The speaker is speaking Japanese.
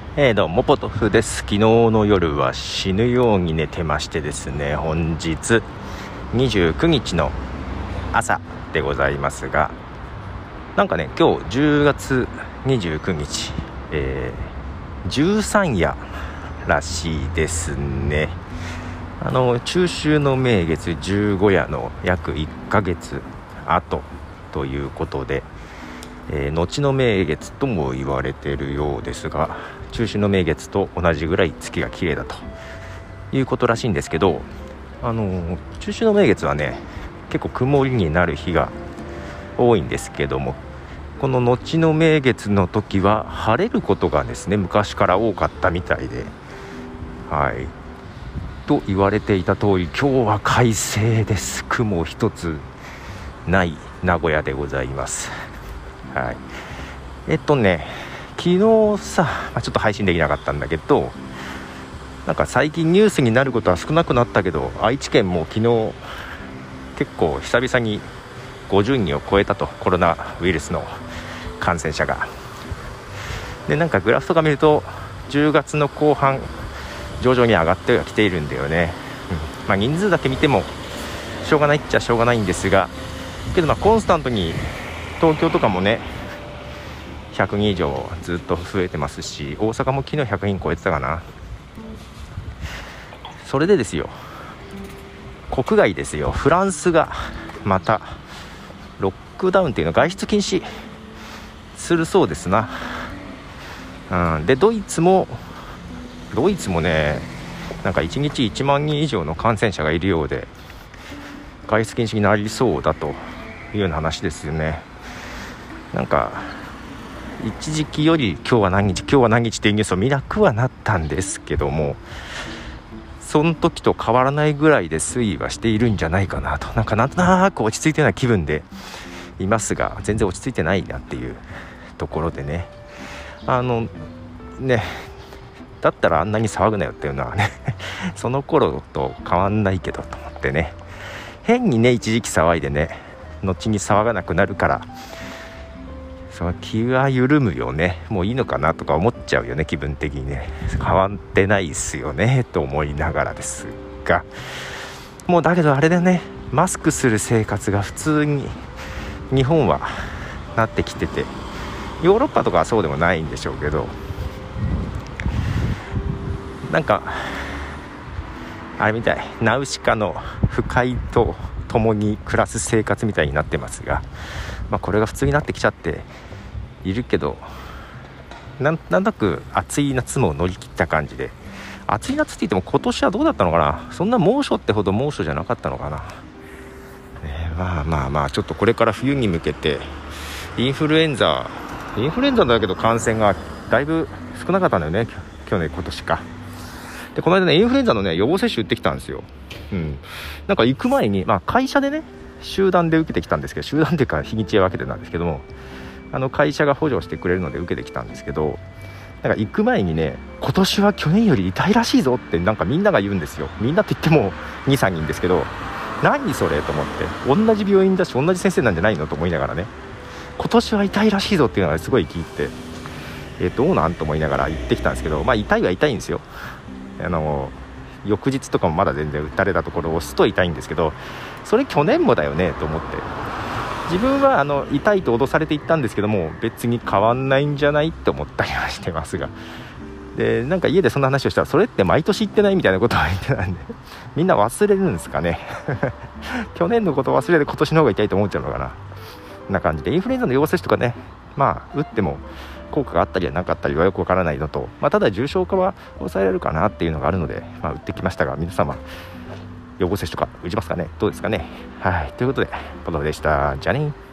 どうもポトフです。昨日の夜は死ぬように寝てましてですね、本日29日の朝でございますが、なんかね、今日10月29日、13夜らしいですね。中秋の名月15夜の約1ヶ月後ということで、後の名月とも言われているようですが、中秋の名月と同じぐらい月が綺麗だということらしいんですけど、中秋の名月はね、結構曇りになる日が多いんですけども、この後の名月の時は晴れることがですね、昔から多かったみたいで、はいと言われていた通り、今日は快晴です。雲一つない名古屋でございます。はい、昨日さ、ちょっと配信できなかったんだけど、なんか最近ニュースになることは少なくなったけど、愛知県も昨日結構久々に50人を超えたと、コロナウイルスの感染者が。で、なんかグラフとか見ると10月の後半徐々に上がってはきているんだよね。人数だけ見てもしょうがないっちゃしょうがないんですが、けどコンスタントに東京とかもね、100人以上ずっと増えてますし、大阪も昨日100人超えてたかな。それでですよ、国外ですよ、フランスがまたロックダウンっていうの、外出禁止するそうですな。でドイツもね、なんか1日1万人以上の感染者がいるようで、外出禁止になりそうだというような話ですよね。なんか一時期より今日は何日っていうニュースを見なくはなったんですけども、その時と変わらないぐらいで推移はしているんじゃないかなと、なんとなく落ち着いてない気分でいますが、全然落ち着いてないなっていうところでね、だったらあんなに騒ぐなよっていうのはねその頃と変わんないけどと思ってね、変にね一時期騒いでね、後に騒がなくなるから、その気は緩むよね。もういいのかなとか思っちゃうよね、気分的にね。変わってないっすよねと思いながらですが、もうだけどあれだね、マスクする生活が普通に日本はなってきてて、ヨーロッパとかはそうでもないんでしょうけど、なんかあれみたい、ナウシカの不快と共に暮らす生活みたいになってますが、これが普通になってきちゃっているけど、なんとなく暑い夏も乗り切った感じで、暑い夏って言っても今年はどうだったのかな、そんな猛暑ってほど猛暑じゃなかったのかな、ちょっとこれから冬に向けてインフルエンザだけど感染がだいぶ少なかったんだよね、今年か。でこの間ね、インフルエンザのね予防接種打ってきたんですよ。なんか行く前に、会社でね集団で受けてきたんですけど、集団っていうか日にちを分けてなんですけども、会社が補助してくれるので受けてきたんですけど、なんか行く前にね、今年は去年より痛いらしいぞってなんかみんなが言うんですよ。みんなって言っても 2,3 人ですけど、何それと思って、同じ病院だし同じ先生なんじゃないのと思いながらね、今年は痛いらしいぞっていうのがすごい聞いて、どうなんと思いながら行ってきたんですけど、痛いは痛いんですよ。翌日とかもまだ全然打たれたところを押すと痛いんですけど、それ去年もだよねと思って、自分は痛いと脅されて行ったんですけども、別に変わんないんじゃないって思ったりはしてますが、でなんか家でそんな話をしたら、それって毎年言ってないみたいなことを言ってたんで、みんな忘れるんですかね去年のことを忘れて今年の方が痛いと思っちゃうのかな。こんな感じでインフルエンザの予防接種とかね、打っても効果があったりはなかったりはよくわからないのと、ただ重症化は抑えられるかなっていうのがあるので、打ってきましたが、皆様予防接種とか打ちますかね、どうですかね。はい、ということでポトフでした。じゃあね。